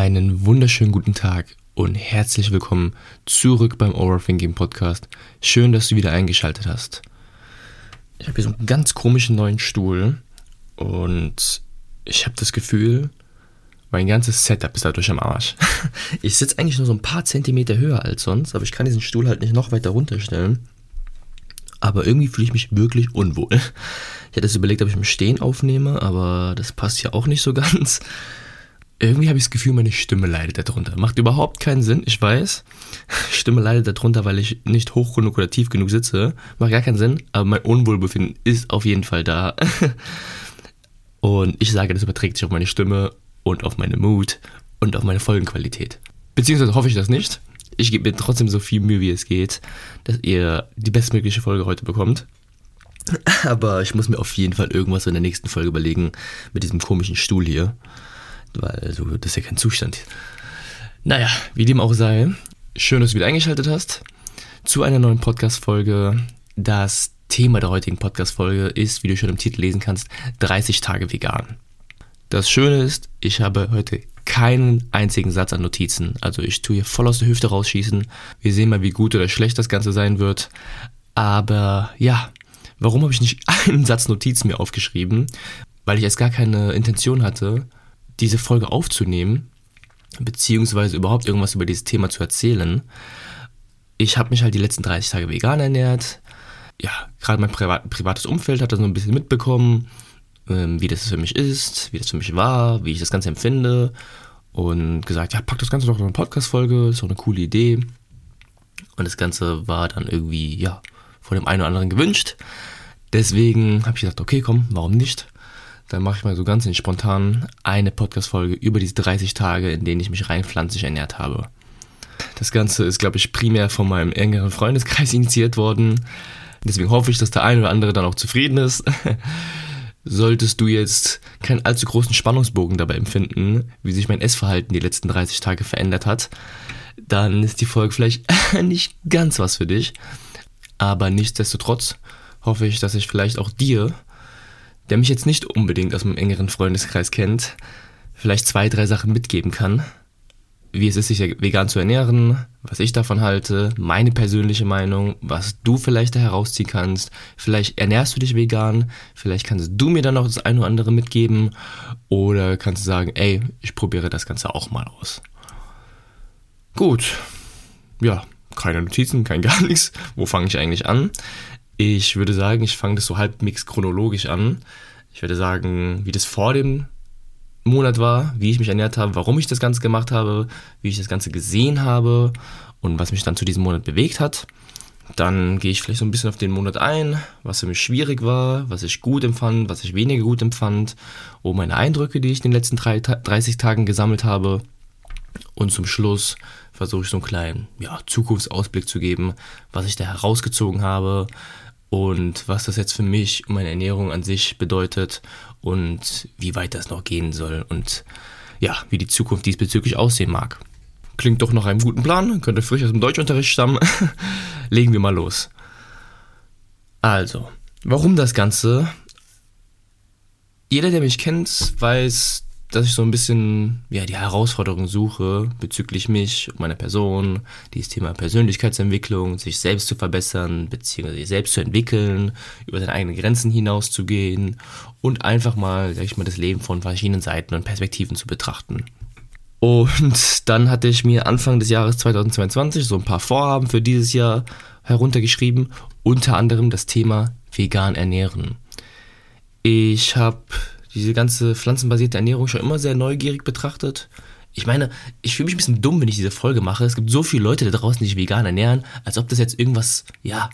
Einen wunderschönen guten Tag und herzlich willkommen zurück beim Overthinking Podcast. Schön, dass du wieder eingeschaltet hast. Ich habe hier so einen ganz komischen neuen Stuhl und ich habe das Gefühl, mein ganzes Setup ist dadurch am Arsch. Ich sitze eigentlich nur so ein paar Zentimeter höher als sonst, aber ich kann diesen Stuhl halt nicht noch weiter runterstellen. Aber irgendwie fühle ich mich wirklich unwohl. Ich hatte es überlegt, ob ich im Stehen aufnehme, aber das passt ja auch nicht so ganz. Irgendwie habe ich das Gefühl, meine Stimme leidet darunter. Macht überhaupt keinen Sinn, ich weiß. Stimme leidet darunter, weil ich nicht hoch genug oder tief genug sitze. Macht gar keinen Sinn, aber mein Unwohlbefinden ist auf jeden Fall da. Und ich sage, das überträgt sich auf meine Stimme und auf meine Mood und auf meine Folgenqualität. Beziehungsweise hoffe ich das nicht. Ich gebe mir trotzdem so viel Mühe, wie es geht, dass ihr die bestmögliche Folge heute bekommt. Aber ich muss mir auf jeden Fall irgendwas in der nächsten Folge überlegen mit diesem komischen Stuhl hier. Weil so, das ist ja kein Zustand. Naja, wie dem auch sei, schön, dass du wieder eingeschaltet hast zu einer neuen Podcast-Folge. Das Thema der heutigen Podcast-Folge ist, wie du schon im Titel lesen kannst, 30 Tage vegan. Das Schöne ist, ich habe heute keinen einzigen Satz an Notizen. Also ich tue hier voll aus der Hüfte rausschießen. Wir sehen mal, wie gut oder schlecht das Ganze sein wird. Aber ja, warum habe ich nicht einen Satz Notizen mir aufgeschrieben? Weil ich erst gar keine Intention hatte, diese Folge aufzunehmen, beziehungsweise überhaupt irgendwas über dieses Thema zu erzählen. Ich habe mich halt die letzten 30 Tage vegan ernährt. Ja, gerade mein privates Umfeld hat das so ein bisschen mitbekommen, wie das für mich ist, wie das für mich war, wie ich das Ganze empfinde und gesagt, ja, pack das Ganze doch in eine Podcast-Folge, ist doch eine coole Idee. Und das Ganze war dann irgendwie, ja, von dem einen oder anderen gewünscht. Deswegen habe ich gesagt, okay, komm, warum nicht? Dann mache ich mal so ganz spontan eine Podcast-Folge über diese 30 Tage, in denen ich mich rein pflanzlich ernährt habe. Das Ganze ist, glaube ich, primär von meinem engeren Freundeskreis initiiert worden. Deswegen hoffe ich, dass der eine oder andere dann auch zufrieden ist. Solltest du jetzt keinen allzu großen Spannungsbogen dabei empfinden, wie sich mein Essverhalten die letzten 30 Tage verändert hat, dann ist die Folge vielleicht nicht ganz was für dich. Aber nichtsdestotrotz hoffe ich, dass ich vielleicht auch dir, der mich jetzt nicht unbedingt aus meinem engeren Freundeskreis kennt, vielleicht 2, 3 Sachen mitgeben kann, wie es ist, sich vegan zu ernähren, was ich davon halte, meine persönliche Meinung, was du vielleicht da herausziehen kannst. Vielleicht ernährst du dich vegan, vielleicht kannst du mir dann noch das eine oder andere mitgeben oder kannst du sagen, ey, ich probiere das Ganze auch mal aus. Gut, ja, keine Notizen, kein gar nichts. Wo fange ich eigentlich an? Ich würde sagen, ich fange das so halbwegs chronologisch an. Ich würde sagen, wie das vor dem Monat war, wie ich mich ernährt habe, warum ich das Ganze gemacht habe, wie ich das Ganze gesehen habe und was mich dann zu diesem Monat bewegt hat. Dann gehe ich vielleicht so ein bisschen auf den Monat ein, was für mich schwierig war, was ich gut empfand, was ich weniger gut empfand, meine Eindrücke, die ich in den letzten 30 Tagen gesammelt habe. Und zum Schluss versuche ich so einen kleinen Zukunftsausblick zu geben, was ich da herausgezogen habe und was das jetzt für mich und meine Ernährung an sich bedeutet und wie weit das noch gehen soll und ja, wie die Zukunft diesbezüglich aussehen mag. Klingt doch nach einem guten Plan, könnte frisch aus dem Deutschunterricht stammen. Legen wir mal los. Also, warum das Ganze? Jeder, der mich kennt, weiß, dass ich so ein bisschen die Herausforderung suche bezüglich mich und meiner Person, dieses Thema Persönlichkeitsentwicklung, sich selbst zu verbessern, beziehungsweise sich selbst zu entwickeln, über seine eigenen Grenzen hinauszugehen und einfach mal, das Leben von verschiedenen Seiten und Perspektiven zu betrachten. Und dann hatte ich mir Anfang des Jahres 2022 so ein paar Vorhaben für dieses Jahr heruntergeschrieben, unter anderem das Thema vegan ernähren. Ich habe diese ganze pflanzenbasierte Ernährung schon immer sehr neugierig betrachtet. Ich meine, ich fühle mich ein bisschen dumm, wenn ich diese Folge mache. Es gibt so viele Leute da draußen, die sich vegan ernähren, als ob das jetzt irgendwas,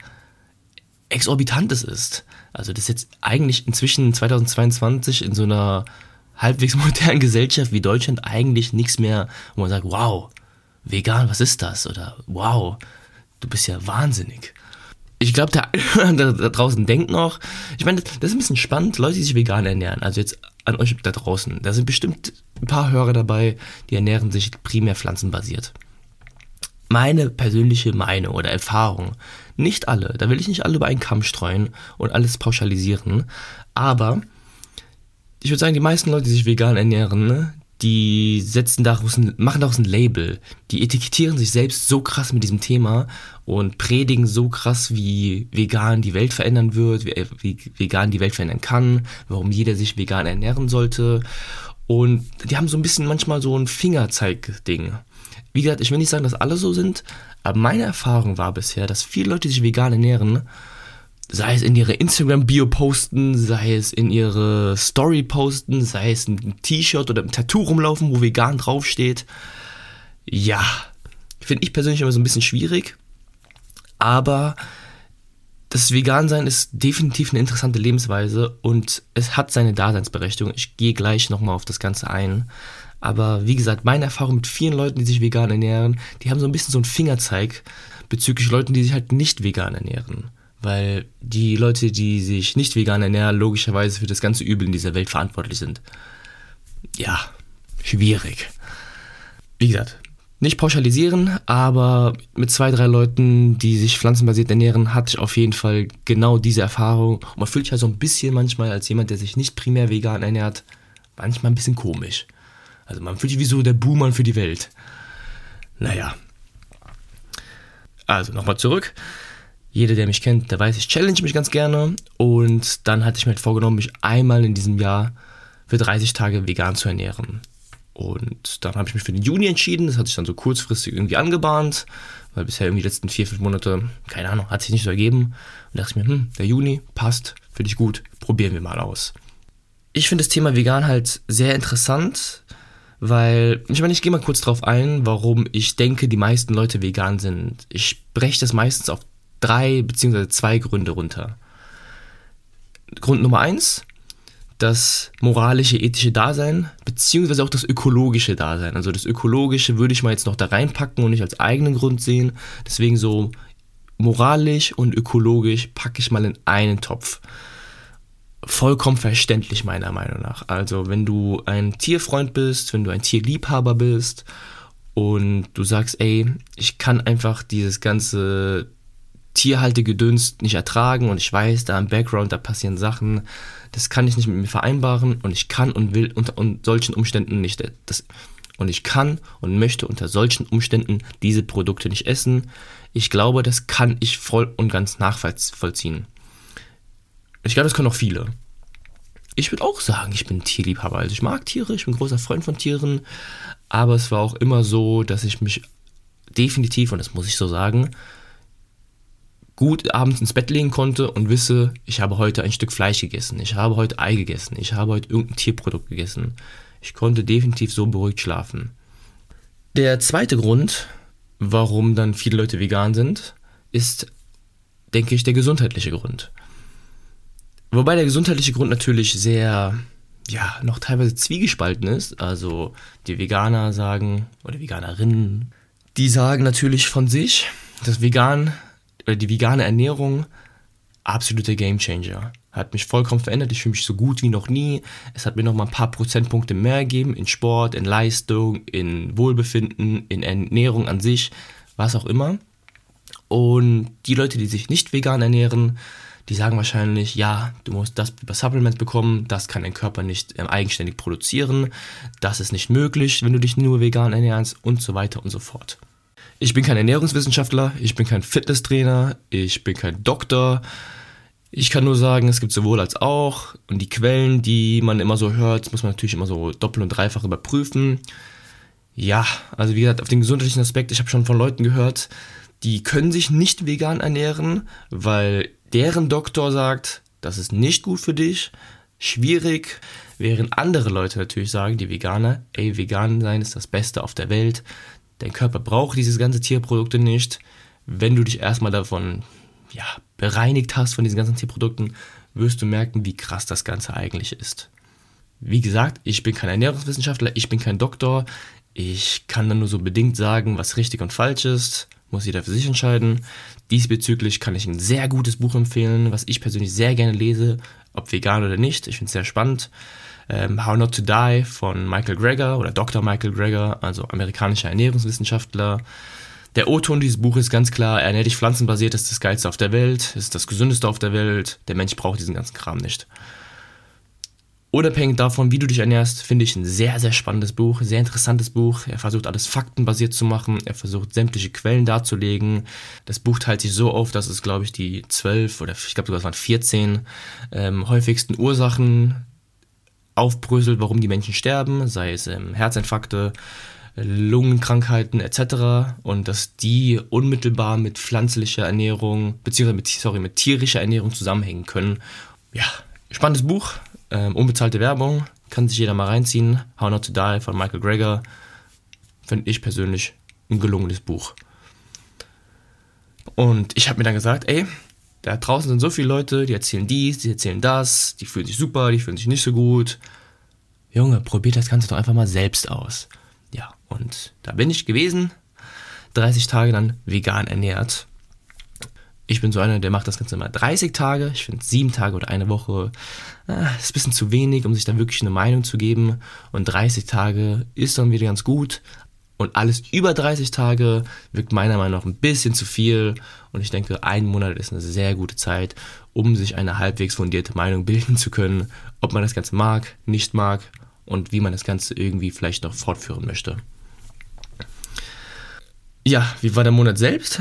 Exorbitantes ist. Also das ist jetzt eigentlich inzwischen 2022 in so einer halbwegs modernen Gesellschaft wie Deutschland eigentlich nichts mehr, wo man sagt, wow, vegan, was ist das? Oder wow, du bist ja wahnsinnig. Ich glaube, der da draußen denkt noch, ich meine, das ist ein bisschen spannend, Leute, die sich vegan ernähren, also jetzt an euch da draußen, da sind bestimmt ein paar Hörer dabei, die ernähren sich primär pflanzenbasiert. Meine persönliche Meinung oder Erfahrung, nicht alle, da will ich nicht alle über einen Kamm streuen und alles pauschalisieren, aber ich würde sagen, die meisten Leute, die sich vegan ernähren, die machen daraus ein Label. Die etikettieren sich selbst so krass mit diesem Thema und predigen so krass, wie vegan die Welt verändern wird, wie vegan die Welt verändern kann, warum jeder sich vegan ernähren sollte. Und die haben so ein bisschen manchmal so ein Fingerzeig-Ding. Wie gesagt, ich will nicht sagen, dass alle so sind, aber meine Erfahrung war bisher, dass viele Leute, die sich vegan ernähren, sei es in ihre Instagram-Bio posten, sei es in ihre Story posten, sei es ein T-Shirt oder ein Tattoo rumlaufen, wo vegan draufsteht. Ja, finde ich persönlich immer so ein bisschen schwierig, aber das Vegan-Sein ist definitiv eine interessante Lebensweise und es hat seine Daseinsberechtigung. Ich gehe gleich nochmal auf das Ganze ein. Aber wie gesagt, meine Erfahrung mit vielen Leuten, die sich vegan ernähren, die haben so ein bisschen so einen Fingerzeig bezüglich Leuten, die sich halt nicht vegan ernähren. Weil die Leute, die sich nicht vegan ernähren, logischerweise für das ganze Übel in dieser Welt verantwortlich sind. Ja, schwierig. Wie gesagt, nicht pauschalisieren, aber mit 2, 3 Leuten, die sich pflanzenbasiert ernähren, hatte ich auf jeden Fall genau diese Erfahrung. Und man fühlt sich halt so ein bisschen manchmal als jemand, der sich nicht primär vegan ernährt, manchmal ein bisschen komisch. Also man fühlt sich wie so der Buhmann für die Welt. Naja. Also nochmal zurück. Jeder, der mich kennt, der weiß, ich challenge mich ganz gerne. Und dann hatte ich mir halt vorgenommen, mich einmal in diesem Jahr für 30 Tage vegan zu ernähren. Und dann habe ich mich für den Juni entschieden. Das hat sich dann so kurzfristig irgendwie angebahnt, weil bisher irgendwie die letzten 4, 5 Monate, keine Ahnung, hat sich nicht so ergeben. Und dachte ich mir, der Juni passt, finde ich gut, probieren wir mal aus. Ich finde das Thema vegan halt sehr interessant, weil, ich gehe mal kurz drauf ein, warum ich denke, die meisten Leute vegan sind. Ich breche das meistens auf 3 bzw. 2 Gründe runter. Grund Nummer 1, das moralische, ethische Dasein, beziehungsweise auch das ökologische Dasein. Also das Ökologische würde ich mal jetzt noch da reinpacken und nicht als eigenen Grund sehen. Deswegen so moralisch und ökologisch packe ich mal in einen Topf. Vollkommen verständlich meiner Meinung nach. Also wenn du ein Tierfreund bist, wenn du ein Tierliebhaber bist und du sagst, ey, ich kann einfach dieses ganze Tierhaltegedöns nicht ertragen und ich weiß, da im Background, da passieren Sachen, das kann ich nicht mit mir vereinbaren und ich kann und will unter solchen Umständen nicht, und ich kann und möchte unter solchen Umständen diese Produkte nicht essen. Ich glaube, das kann ich voll und ganz nachvollziehen. Ich glaube, das können auch viele. Ich würde auch sagen, ich bin Tierliebhaber. Also ich mag Tiere, ich bin ein großer Freund von Tieren, aber es war auch immer so, dass ich mich definitiv, und das muss ich so sagen, gut abends ins Bett legen konnte und wisse, ich habe heute ein Stück Fleisch gegessen, ich habe heute Ei gegessen, ich habe heute irgendein Tierprodukt gegessen. Ich konnte definitiv so beruhigt schlafen. Der zweite Grund, warum dann viele Leute vegan sind, ist, denke ich, der gesundheitliche Grund. Wobei der gesundheitliche Grund natürlich sehr, noch teilweise zwiegespalten ist. Also die Veganer sagen, oder Veganerinnen, die sagen natürlich von sich, dass die vegane Ernährung absoluter Gamechanger. Hat mich vollkommen verändert, ich fühle mich so gut wie noch nie. Es hat mir nochmal ein paar Prozentpunkte mehr gegeben in Sport, in Leistung, in Wohlbefinden, in Ernährung an sich, was auch immer. Und die Leute, die sich nicht vegan ernähren, die sagen wahrscheinlich, ja, du musst das über Supplements bekommen, das kann dein Körper nicht eigenständig produzieren, das ist nicht möglich, wenn du dich nur vegan ernährst und so weiter und so fort. Ich bin kein Ernährungswissenschaftler, ich bin kein Fitnesstrainer, ich bin kein Doktor. Ich kann nur sagen, es gibt sowohl als auch und die Quellen, die man immer so hört, muss man natürlich immer so doppelt und dreifach überprüfen. Ja, also wie gesagt, auf den gesundheitlichen Aspekt, ich habe schon von Leuten gehört, die können sich nicht vegan ernähren, weil deren Doktor sagt, das ist nicht gut für dich, schwierig, während andere Leute natürlich sagen, die Veganer, ey, vegan sein ist das Beste auf der Welt, dein Körper braucht diese ganzen Tierprodukte nicht, wenn du dich erstmal davon bereinigt hast von diesen ganzen Tierprodukten, wirst du merken, wie krass das Ganze eigentlich ist. Wie gesagt, ich bin kein Ernährungswissenschaftler, ich bin kein Doktor, ich kann dann nur so bedingt sagen, was richtig und falsch ist, muss jeder für sich entscheiden. Diesbezüglich kann ich ein sehr gutes Buch empfehlen, was ich persönlich sehr gerne lese, ob vegan oder nicht. Ich finde es sehr spannend. How Not to Die von Michael Greger oder Dr. Michael Greger, also amerikanischer Ernährungswissenschaftler. Der O-Ton dieses Buches ist ganz klar, ernähr dich pflanzenbasiert, ist das Geilste auf der Welt, ist das Gesündeste auf der Welt. Der Mensch braucht diesen ganzen Kram nicht. Unabhängig davon, wie du dich ernährst, finde ich ein sehr, sehr spannendes Buch, sehr interessantes Buch. Er versucht alles faktenbasiert zu machen, er versucht sämtliche Quellen darzulegen. Das Buch teilt sich so auf, dass es, glaube ich, die 12 oder ich glaube sogar es waren 14 häufigsten Ursachen aufbröselt, warum die Menschen sterben, sei es Herzinfarkte, Lungenkrankheiten etc. Und dass die unmittelbar mit pflanzlicher Ernährung, beziehungsweise mit tierischer Ernährung zusammenhängen können. Ja, spannendes Buch. Unbezahlte Werbung, kann sich jeder mal reinziehen. How Not to Die von Michael Greger. Finde ich persönlich ein gelungenes Buch. Und ich habe mir dann gesagt, ey, da draußen sind so viele Leute, die erzählen dies, die erzählen das, die fühlen sich super, die fühlen sich nicht so gut. Junge, probiert das Ganze doch einfach mal selbst aus. Ja, und da bin ich gewesen, 30 Tage dann vegan ernährt. Ich bin so einer, der macht das Ganze immer 30 Tage. Ich finde 7 Tage oder eine Woche ist ein bisschen zu wenig, um sich dann wirklich eine Meinung zu geben. Und 30 Tage ist dann wieder ganz gut. Und alles über 30 Tage wirkt meiner Meinung nach ein bisschen zu viel. Und ich denke, 1 Monat ist eine sehr gute Zeit, um sich eine halbwegs fundierte Meinung bilden zu können, ob man das Ganze mag, nicht mag und wie man das Ganze irgendwie vielleicht noch fortführen möchte. Ja, wie war der Monat selbst?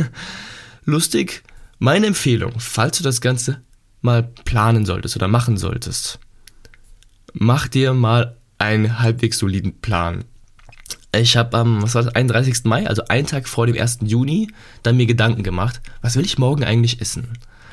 Lustig, meine Empfehlung, falls du das Ganze mal planen solltest oder machen solltest, mach dir mal einen halbwegs soliden Plan. Ich habe am 31. Mai, also einen Tag vor dem 1. Juni, dann mir Gedanken gemacht, was will ich morgen eigentlich essen?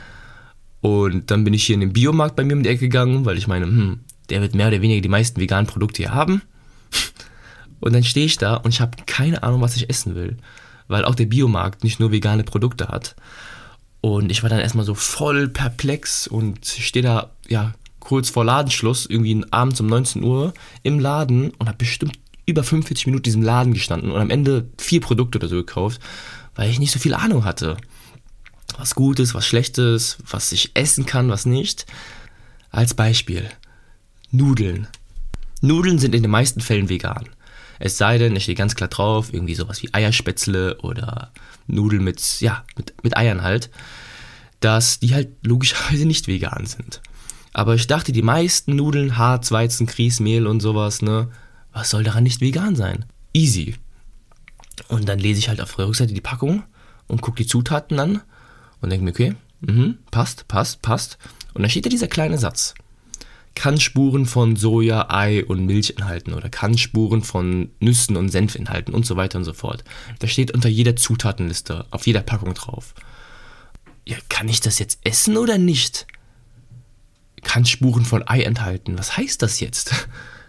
Und dann bin ich hier in den Biomarkt bei mir um die Ecke gegangen, weil ich meine, der wird mehr oder weniger die meisten veganen Produkte hier haben. Und dann stehe ich da und ich habe keine Ahnung, was ich essen will. Weil auch der Biomarkt nicht nur vegane Produkte hat. Und ich war dann erstmal so voll perplex und stehe da, ja, kurz vor Ladenschluss, irgendwie abends um 19 Uhr im Laden und habe bestimmt über 45 Minuten in diesem Laden gestanden und am Ende 4 Produkte oder so gekauft, weil ich nicht so viel Ahnung hatte. Was Gutes, was Schlechtes, was ich essen kann, was nicht. Als Beispiel, Nudeln. Nudeln sind in den meisten Fällen vegan. Es sei denn, es steht ganz klar drauf, irgendwie sowas wie Eierspätzle oder Nudeln mit Eiern halt, dass die halt logischerweise nicht vegan sind. Aber ich dachte, die meisten Nudeln, Harz, Weizen, Grieß, Mehl und sowas, ne, was soll daran nicht vegan sein? Easy. Und dann lese ich halt auf der Rückseite die Packung und gucke die Zutaten an und denke mir, okay, passt. Und dann steht da dieser kleine Satz. Kann Spuren von Soja, Ei und Milch enthalten oder kann Spuren von Nüssen und Senf enthalten und so weiter und so fort. Das steht unter jeder Zutatenliste, auf jeder Packung drauf. Ja, kann ich das jetzt essen oder nicht? Kann Spuren von Ei enthalten. Was heißt das jetzt?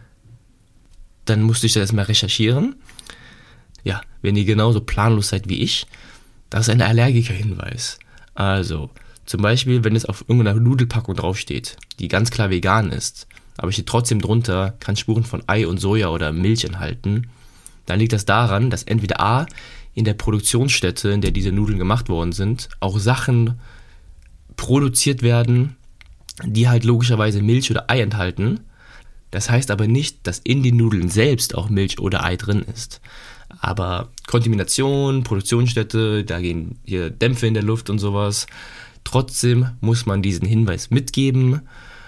Dann musste ich das erstmal recherchieren. Ja, wenn ihr genauso planlos seid wie ich, das ist ein Allergiker-Hinweis. Also, zum Beispiel, wenn es auf irgendeiner Nudelpackung draufsteht, die ganz klar vegan ist, aber steht trotzdem drunter, kann Spuren von Ei und Soja oder Milch enthalten, dann liegt das daran, dass entweder A, in der Produktionsstätte, in der diese Nudeln gemacht worden sind, auch Sachen produziert werden, die halt logischerweise Milch oder Ei enthalten. Das heißt aber nicht, dass in den Nudeln selbst auch Milch oder Ei drin ist. Aber Kontamination, Produktionsstätte, da gehen hier Dämpfe in der Luft und sowas. Trotzdem muss man diesen Hinweis mitgeben,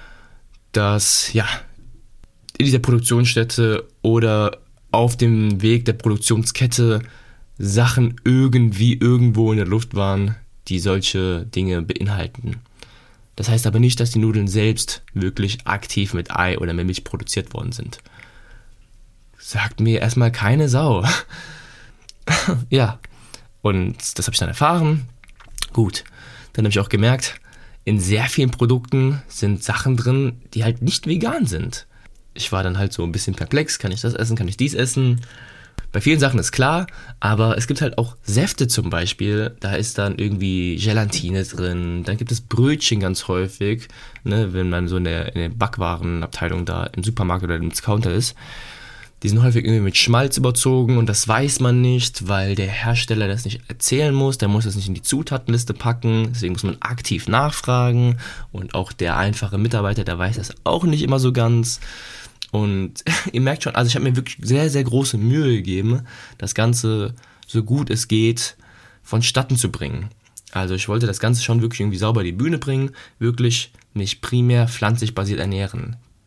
dass ja in dieser Produktionsstätte oder auf dem Weg der Produktionskette Sachen irgendwie irgendwo in der Luft waren, die solche Dinge beinhalten. Das heißt aber nicht, dass die Nudeln selbst wirklich aktiv mit Ei oder mit Milch produziert worden sind. Sagt mir erstmal keine Sau. Ja, und das habe ich dann erfahren. Gut, dann habe ich auch gemerkt, in sehr vielen Produkten sind Sachen drin, die halt nicht vegan sind. Ich war dann halt so ein bisschen perplex, kann ich das essen, kann ich dies essen? Bei vielen Sachen ist klar, aber es gibt halt auch Säfte zum Beispiel, da ist dann irgendwie Gelatine drin, dann gibt es Brötchen ganz häufig, ne, wenn man so in der Backwarenabteilung da im Supermarkt oder im Discounter ist. Die sind häufig irgendwie mit Schmalz überzogen und das weiß man nicht, weil der Hersteller das nicht erzählen muss, der muss das nicht in die Zutatenliste packen, deswegen muss man aktiv nachfragen und auch der einfache Mitarbeiter, der weiß das auch nicht immer so ganz. Und ihr merkt schon, also ich habe mir wirklich sehr, sehr große Mühe gegeben, das Ganze so gut es geht vonstatten zu bringen. Also ich wollte das Ganze schon wirklich irgendwie sauber in die Bühne bringen, wirklich mich primär pflanzlich basiert ernähren.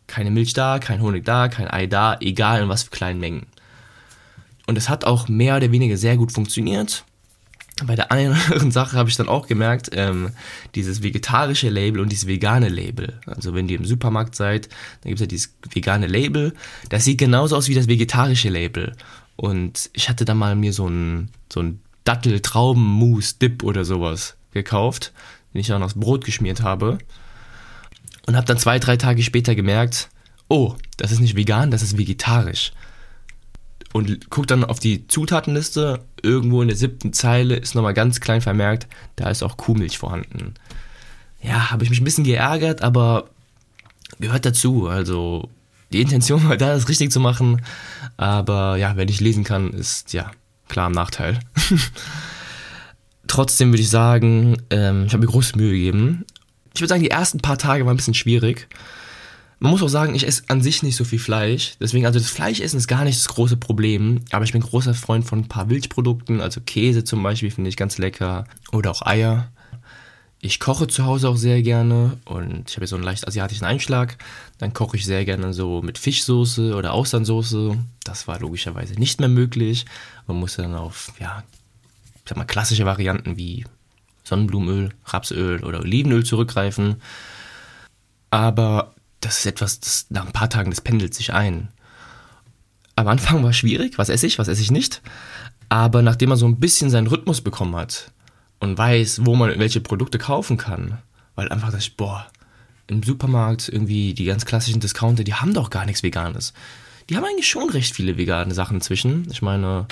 keine Milch da, kein Honig da, kein Ei da, egal in was für kleinen Mengen. Und es hat auch mehr oder weniger sehr gut funktioniert. Bei der einen oder anderen Sache habe ich dann auch gemerkt, dieses vegetarische Label und dieses vegane Label. Also wenn ihr im Supermarkt seid, dann gibt es ja dieses vegane Label. Das sieht genauso aus wie das vegetarische Label. Und ich hatte dann mal mir so ein Dattel-Trauben-Mousse-Dip oder sowas gekauft, den ich dann aufs Brot geschmiert habe. Und habe dann 2-3 Tage später gemerkt, oh, das ist nicht vegan, das ist vegetarisch. Und guck dann auf die Zutatenliste, irgendwo in der 7. Zeile ist nochmal ganz klein vermerkt, da ist auch Kuhmilch vorhanden. Ja, habe ich mich ein bisschen geärgert, aber gehört dazu. Also die Intention war da, das richtig zu machen, aber ja, wer nicht lesen kann, ist ja klar im Nachteil. Trotzdem würde ich sagen, ich habe mir große Mühe gegeben. Ich würde sagen, die ersten paar Tage waren ein bisschen schwierig. Man muss auch sagen, ich esse an sich nicht so viel Fleisch. Deswegen, also das Fleischessen ist gar nicht das große Problem. Aber ich bin großer Freund von ein paar Milchprodukten. Also Käse zum Beispiel finde ich ganz lecker. Oder auch Eier. Ich koche zu Hause auch sehr gerne. Und ich habe ja so einen leicht asiatischen Einschlag. Dann koche ich sehr gerne so mit Fischsoße oder Austernsoße. Das war logischerweise nicht mehr möglich. Man musste dann auf, ja, ich sag mal, klassische Varianten wie Sonnenblumenöl, Rapsöl oder Olivenöl zurückgreifen. Aber das ist etwas, das nach ein paar Tagen, das pendelt sich ein. Am Anfang war es schwierig, was esse ich nicht. Aber nachdem man so ein bisschen seinen Rhythmus bekommen hat und weiß, wo man welche Produkte kaufen kann, weil einfach das, im Supermarkt irgendwie die ganz klassischen Discounter, die haben doch gar nichts Veganes. Die haben eigentlich schon recht viele vegane Sachen inzwischen. Ich meine,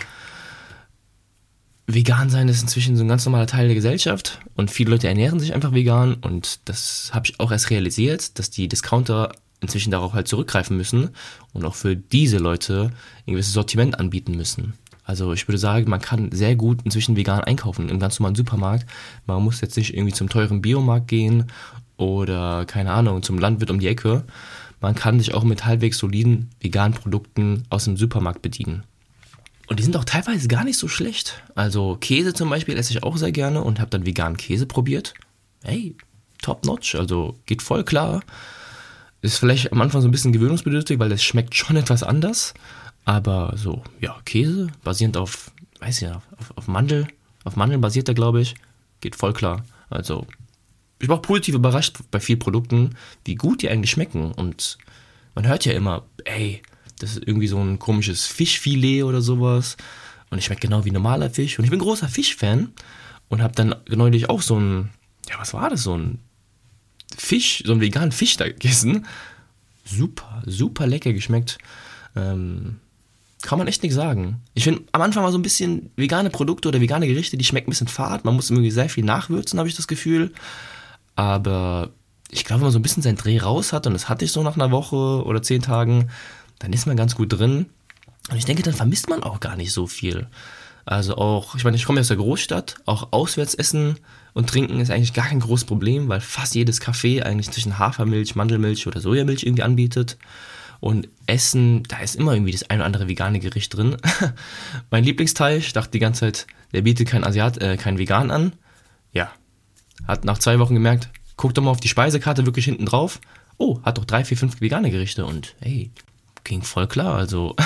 vegan sein ist inzwischen so ein ganz normaler Teil der Gesellschaft und viele Leute ernähren sich einfach vegan und das habe ich auch erst realisiert, dass die Discounter inzwischen darauf halt zurückgreifen müssen und auch für diese Leute ein gewisses Sortiment anbieten müssen. Also ich würde sagen, man kann sehr gut inzwischen vegan einkaufen im ganz normalen Supermarkt. Man muss jetzt nicht irgendwie zum teuren Biomarkt gehen oder, keine Ahnung, zum Landwirt um die Ecke. Man kann sich auch mit halbwegs soliden veganen Produkten aus dem Supermarkt bedienen. Und die sind auch teilweise gar nicht so schlecht. Also Käse zum Beispiel esse ich auch sehr gerne und habe dann veganen Käse probiert. Hey, top notch, also geht voll klar. Ist vielleicht am Anfang so ein bisschen gewöhnungsbedürftig, weil das schmeckt schon etwas anders. Aber so, ja, Käse basierend auf, auf Mandel, auf Mandeln basiert der, glaube ich, geht voll klar. Also ich war auch positiv überrascht bei vielen Produkten, wie gut die eigentlich schmecken. Und man hört ja immer, ey, das ist irgendwie so ein komisches Fischfilet oder sowas. Und es schmeckt genau wie normaler Fisch. Und ich bin großer Fischfan und habe dann neulich auch so ein, ja, was war das, so ein Fisch, so einen veganen Fisch da gegessen. Super, super lecker geschmeckt. Kann man echt nichts sagen. Ich finde, am Anfang war so ein bisschen vegane Produkte oder vegane Gerichte, die schmecken ein bisschen fad. Man muss irgendwie sehr viel nachwürzen, habe ich das Gefühl. Aber ich glaube, wenn man so ein bisschen seinen Dreh raus hat, und das hatte ich so nach einer Woche oder 10 Tagen, dann ist man ganz gut drin. Und ich denke, dann vermisst man auch gar nicht so viel. Also auch, ich meine, ich komme aus der Großstadt, auch auswärts essen und trinken ist eigentlich gar kein großes Problem, weil fast jedes Café eigentlich zwischen Hafermilch, Mandelmilch oder Sojamilch irgendwie anbietet. Und Essen, da ist immer irgendwie das ein oder andere vegane Gericht drin. Mein Lieblingsteil, ich dachte die ganze Zeit, der bietet kein Vegan an. Ja, hat nach 2 Wochen gemerkt, guck doch mal auf die Speisekarte wirklich hinten drauf. Oh, hat doch 3, 4, 5 vegane Gerichte und hey, ging voll klar. Also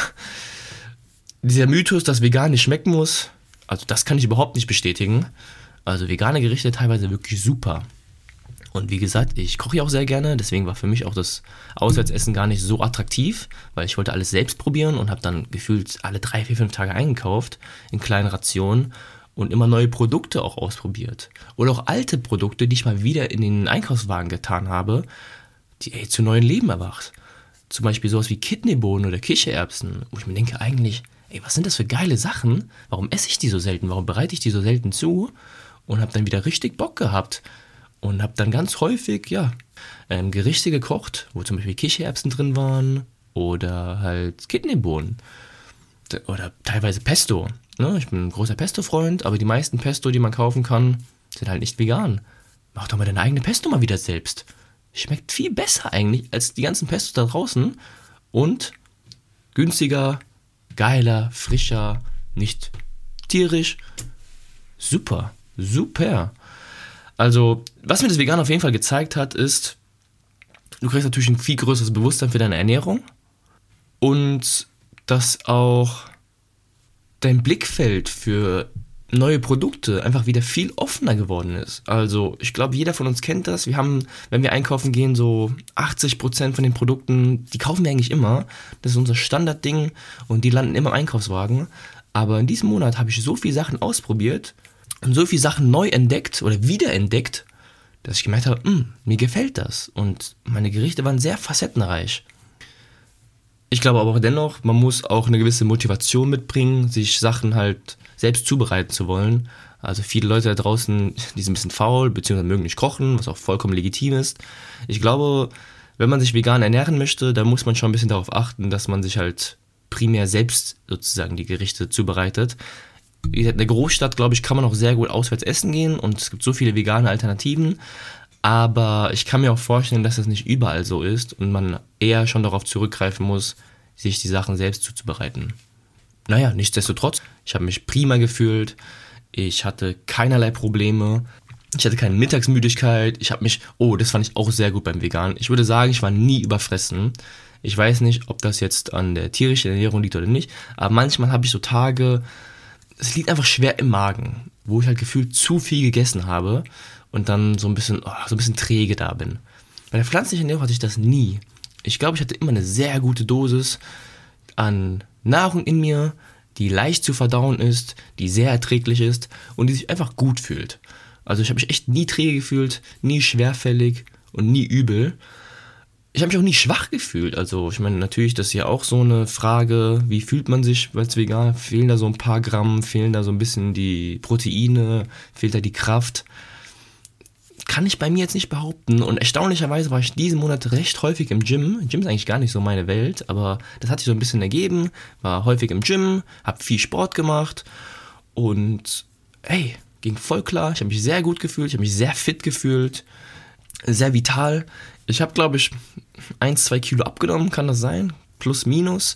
dieser Mythos, dass vegan nicht schmecken muss, also das kann ich überhaupt nicht bestätigen. Also vegane Gerichte teilweise wirklich super. Und wie gesagt, ich koche ja auch sehr gerne, deswegen war für mich auch das Auswärtsessen gar nicht so attraktiv, weil ich wollte alles selbst probieren und habe dann gefühlt alle 3, 4, 5 Tage eingekauft in kleinen Rationen und immer neue Produkte auch ausprobiert. Oder auch alte Produkte, die ich mal wieder in den Einkaufswagen getan habe, die zu neuen Leben erwacht. Zum Beispiel sowas wie Kidneybohnen oder Kichererbsen, wo ich mir denke eigentlich, was sind das für geile Sachen? Warum esse ich die so selten? Warum bereite ich die so selten zu? Und habe dann wieder richtig Bock gehabt. Und habe dann ganz häufig, Gerichte gekocht, wo zum Beispiel Kichererbsen drin waren oder halt Kidneybohnen. Oder teilweise Pesto. Ne? Ich bin ein großer Pesto-Freund, aber die meisten Pesto, die man kaufen kann, sind halt nicht vegan. Mach doch mal deine eigene Pesto mal wieder selbst. Schmeckt viel besser eigentlich als die ganzen Pestos da draußen und günstiger, geiler, frischer, nicht tierisch. Super, super. Also, was mir das Vegan auf jeden Fall gezeigt hat, ist, Du kriegst natürlich ein viel größeres Bewusstsein für deine Ernährung und dass auch dein Blickfeld für neue Produkte einfach wieder viel offener geworden ist. Also ich glaube, jeder von uns kennt das. Wir haben, wenn wir einkaufen gehen, so 80% von den Produkten, die kaufen wir eigentlich immer. Das ist unser Standardding und die landen immer im Einkaufswagen. Aber in diesem Monat habe ich so viele Sachen ausprobiert und so viele Sachen neu entdeckt oder wiederentdeckt, dass ich gemerkt habe, mir gefällt das. Und meine Gerichte waren sehr facettenreich. Ich glaube aber auch dennoch, man muss auch eine gewisse Motivation mitbringen, sich Sachen halt selbst zubereiten zu wollen. Also viele Leute da draußen, die sind ein bisschen faul, beziehungsweise mögen nicht kochen, was auch vollkommen legitim ist. Ich glaube, wenn man sich vegan ernähren möchte, dann muss man schon ein bisschen darauf achten, dass man sich halt primär selbst sozusagen die Gerichte zubereitet. Wie gesagt, in der Großstadt, glaube ich, kann man auch sehr gut auswärts essen gehen und es gibt so viele vegane Alternativen. Aber ich kann mir auch vorstellen, dass das nicht überall so ist und man eher schon darauf zurückgreifen muss, sich die Sachen selbst zuzubereiten. Naja, nichtsdestotrotz, ich habe mich prima gefühlt, ich hatte keinerlei Probleme, ich hatte keine Mittagsmüdigkeit, das fand ich auch sehr gut beim Vegan. Ich würde sagen, ich war nie überfressen. Ich weiß nicht, ob das jetzt an der tierischen Ernährung liegt oder nicht, aber manchmal habe ich so Tage, es liegt einfach schwer im Magen, wo ich halt gefühlt zu viel gegessen habe und dann so ein bisschen träge da bin. Bei der pflanzlichen Ernährung hatte ich das nie. Ich glaube, ich hatte immer eine sehr gute Dosis an Nahrung in mir, die leicht zu verdauen ist, die sehr erträglich ist und die sich einfach gut fühlt. Also ich habe mich echt nie träge gefühlt, nie schwerfällig und nie übel. Ich habe mich auch nie schwach gefühlt. Also ich meine, natürlich, das ist ja auch so eine Frage, wie fühlt man sich als Veganer? Fehlen da so ein paar Gramm, fehlen da so ein bisschen die Proteine, fehlt da die Kraft? Kann ich bei mir jetzt nicht behaupten. Und erstaunlicherweise war ich diesen Monat recht häufig im Gym. Gym ist eigentlich gar nicht so meine Welt, aber das hat sich so ein bisschen ergeben. War häufig im Gym, habe viel Sport gemacht und ging voll klar. Ich habe mich sehr gut gefühlt, ich habe mich sehr fit gefühlt, sehr vital. Ich habe, glaube ich, 1-2 Kilo abgenommen, kann das sein? Plus, minus.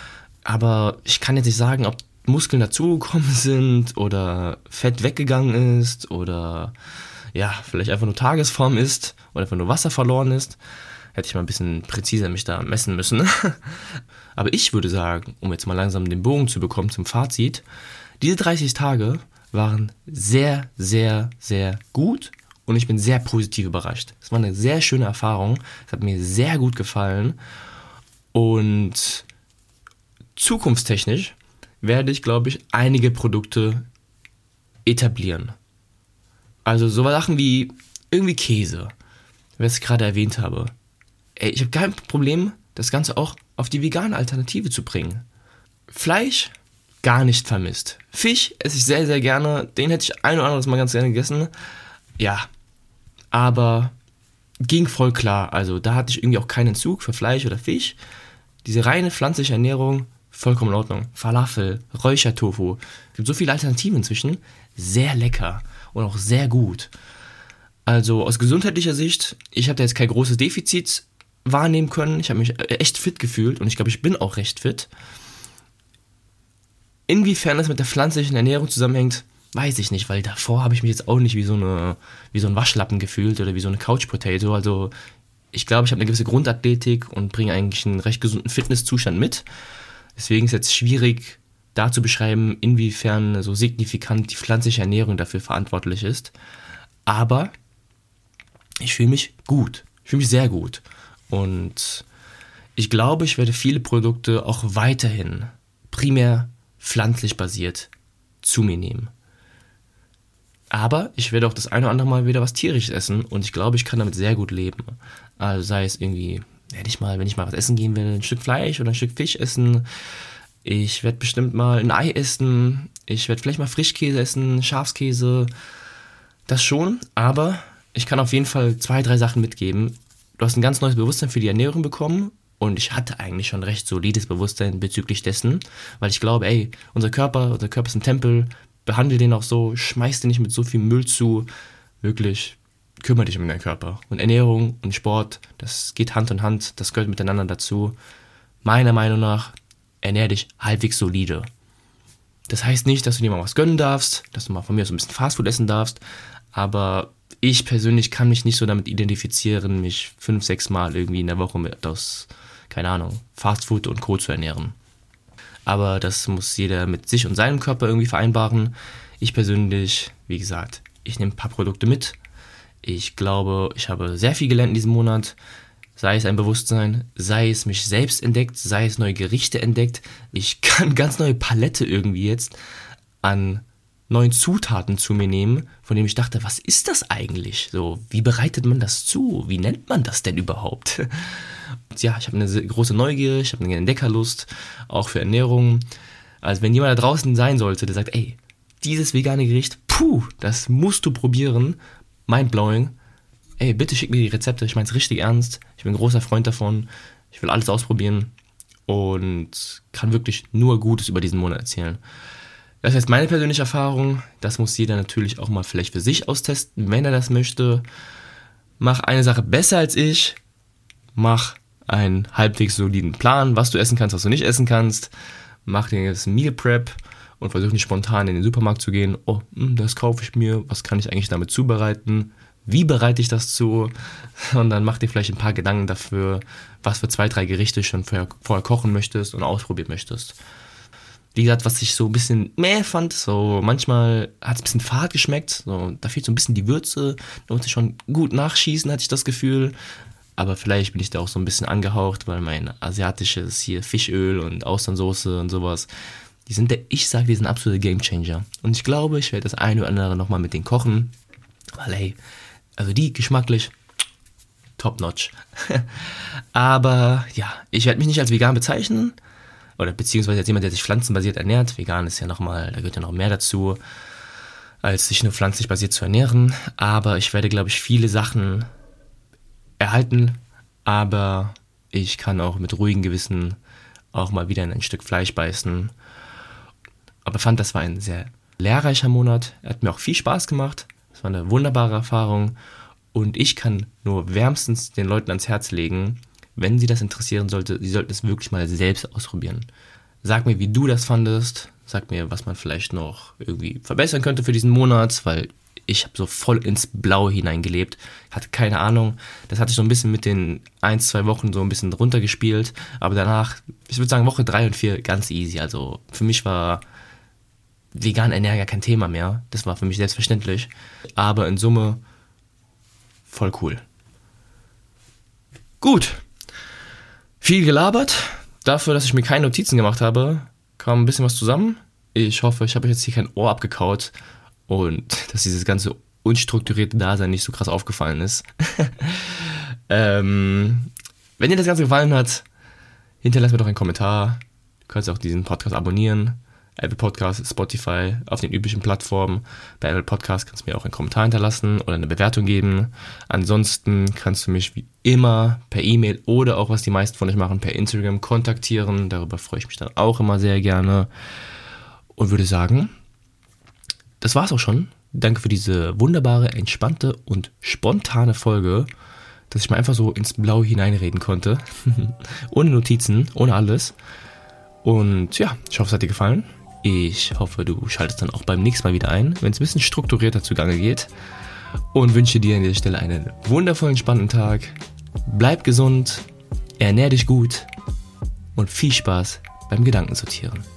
Aber ich kann jetzt nicht sagen, ob Muskeln dazugekommen sind oder Fett weggegangen ist oder ja, vielleicht einfach nur Tagesform ist oder einfach nur Wasser verloren ist. Hätte ich mal ein bisschen präziser mich da messen müssen. Aber ich würde sagen, um jetzt mal langsam den Bogen zu bekommen zum Fazit, diese 30 Tage waren sehr, sehr, sehr gut und ich bin sehr positiv überrascht. Es war eine sehr schöne Erfahrung. Es hat mir sehr gut gefallen und zukunftstechnisch werde ich, glaube ich, einige Produkte etablieren. Also so Sachen wie irgendwie Käse, was ich gerade erwähnt habe. Ich habe kein Problem, das Ganze auch auf die vegane Alternative zu bringen. Fleisch, gar nicht vermisst. Fisch esse ich sehr, sehr gerne. Den hätte ich ein oder anderes Mal ganz gerne gegessen. Ja, aber ging voll klar. Also da hatte ich irgendwie auch keinen Entzug für Fleisch oder Fisch. Diese reine pflanzliche Ernährung, vollkommen in Ordnung. Falafel, Räuchertofu. Es gibt so viele Alternativen inzwischen. Sehr lecker und auch sehr gut. Also aus gesundheitlicher Sicht, ich habe da jetzt kein großes Defizit wahrnehmen können. Ich habe mich echt fit gefühlt und ich glaube, ich bin auch recht fit. Inwiefern das mit der pflanzlichen Ernährung zusammenhängt, weiß ich nicht, weil davor habe ich mich jetzt auch nicht wie so ein Waschlappen gefühlt oder wie so eine Couch Potato. Also ich glaube, ich habe eine gewisse Grundathletik und bringe eigentlich einen recht gesunden Fitnesszustand mit. Deswegen ist es jetzt schwierig, da zu beschreiben, inwiefern so signifikant die pflanzliche Ernährung dafür verantwortlich ist. Aber ich fühle mich gut. Ich fühle mich sehr gut. Und ich glaube, ich werde viele Produkte auch weiterhin primär pflanzlich basiert zu mir nehmen. Aber ich werde auch das eine oder andere Mal wieder was Tierisches essen und ich glaube, ich kann damit sehr gut leben. Also sei es irgendwie, wenn ich mal was essen gehen will, ein Stück Fleisch oder ein Stück Fisch essen. Ich werde bestimmt mal ein Ei essen. Ich werde vielleicht mal Frischkäse essen, Schafskäse. Das schon, aber ich kann auf jeden Fall 2-3 Sachen mitgeben. Du hast ein ganz neues Bewusstsein für die Ernährung bekommen und ich hatte eigentlich schon recht solides Bewusstsein bezüglich dessen, weil ich glaube, unser Körper ist ein Tempel, behandle den auch so, schmeiß den nicht mit so viel Müll zu, wirklich kümmere dich um deinen Körper. Und Ernährung und Sport, das geht Hand in Hand, das gehört miteinander dazu. Meiner Meinung nach, ernähr dich halbwegs solide. Das heißt nicht, dass du dir mal was gönnen darfst, dass du mal von mir so ein bisschen Fastfood essen darfst, aber ich persönlich kann mich nicht so damit identifizieren, mich 5-6 Mal irgendwie in der Woche mit aus, keine Ahnung, Fastfood und Co. zu ernähren. Aber das muss jeder mit sich und seinem Körper irgendwie vereinbaren. Ich persönlich, wie gesagt, ich nehme ein paar Produkte mit. Ich glaube, ich habe sehr viel gelernt in diesem Monat. Sei es ein Bewusstsein, sei es mich selbst entdeckt, sei es neue Gerichte entdeckt. Ich kann ganz neue Palette irgendwie jetzt an neuen Zutaten zu mir nehmen, von dem ich dachte, was ist das eigentlich? So, wie bereitet man das zu? Wie nennt man das denn überhaupt? Und ja, ich habe eine große Neugier, ich habe eine Entdeckerlust, auch für Ernährung. Also wenn jemand da draußen sein sollte, der sagt, ey, dieses vegane Gericht, das musst du probieren, mindblowing. Ey, bitte schick mir die Rezepte, ich meine es richtig ernst. Ich bin ein großer Freund davon. Ich will alles ausprobieren und kann wirklich nur Gutes über diesen Monat erzählen. Das heißt, meine persönliche Erfahrung, das muss jeder natürlich auch mal vielleicht für sich austesten, wenn er das möchte. Mach eine Sache besser als ich. Mach einen halbwegs soliden Plan, was du essen kannst, was du nicht essen kannst. Mach den gewissen Meal Prep und versuch nicht spontan in den Supermarkt zu gehen. Oh, das kaufe ich mir, was kann ich eigentlich damit zubereiten? Wie bereite ich das zu? Und dann mach dir vielleicht ein paar Gedanken dafür, was für 2-3 Gerichte schon vorher kochen möchtest und ausprobieren möchtest. Wie gesagt, was ich so ein bisschen mehr fand, so manchmal hat es ein bisschen fad geschmeckt, so, da fehlt so ein bisschen die Würze, da muss ich schon gut nachschießen, hatte ich das Gefühl. Aber vielleicht bin ich da auch so ein bisschen angehaucht, weil mein asiatisches hier Fischöl und Austernsoße und sowas, die sind absolute Gamechanger. Und ich glaube, ich werde das eine oder andere nochmal mit denen kochen, weil hey, also die geschmacklich top notch. Aber ja, ich werde mich nicht als vegan bezeichnen, oder beziehungsweise als jemand, der sich pflanzenbasiert ernährt. Vegan ist ja nochmal, da gehört ja noch mehr dazu, als sich nur pflanzlich basiert zu ernähren. Aber ich werde, glaube ich, viele Sachen erhalten, aber ich kann auch mit ruhigem Gewissen auch mal wieder in ein Stück Fleisch beißen. Aber fand, das war ein sehr lehrreicher Monat. Er hat mir auch viel Spaß gemacht. Es war eine wunderbare Erfahrung. Und ich kann nur wärmstens den Leuten ans Herz legen, wenn sie das interessieren sollte, sie sollten es wirklich mal selbst ausprobieren. Sag mir, wie du das fandest. Sag mir, was man vielleicht noch irgendwie verbessern könnte für diesen Monat, weil ich habe so voll ins Blaue hineingelebt. Hatte keine Ahnung. Das hatte ich so ein bisschen mit den 1-2 Wochen so ein bisschen runtergespielt. Aber danach, ich würde sagen, Woche 3 und 4 ganz easy. Also für mich war vegan ernähren gar kein Thema mehr. Das war für mich selbstverständlich. Aber in Summe voll cool. Gut. Viel gelabert. Dafür, dass ich mir keine Notizen gemacht habe, kam ein bisschen was zusammen. Ich hoffe, ich habe euch jetzt hier kein Ohr abgekaut und dass dieses ganze unstrukturierte Dasein nicht so krass aufgefallen ist. Wenn dir das Ganze gefallen hat, hinterlasst mir doch einen Kommentar. Du kannst auch diesen Podcast abonnieren. Apple Podcast, Spotify, auf den üblichen Plattformen. Bei Apple Podcast kannst du mir auch einen Kommentar hinterlassen oder eine Bewertung geben. Ansonsten kannst du mich wie immer per E-Mail oder auch, was die meisten von euch machen, per Instagram kontaktieren. Darüber freue ich mich dann auch immer sehr gerne. Und würde sagen, das war's auch schon. Danke für diese wunderbare, entspannte und spontane Folge, dass ich mal einfach so ins Blaue hineinreden konnte. Ohne Notizen, ohne alles. Und ja, ich hoffe, es hat dir gefallen. Ich hoffe, du schaltest dann auch beim nächsten Mal wieder ein, wenn es ein bisschen strukturierter zugange geht. Und wünsche dir an dieser Stelle einen wundervollen, spannenden Tag. Bleib gesund, ernähr dich gut und viel Spaß beim Gedankensortieren.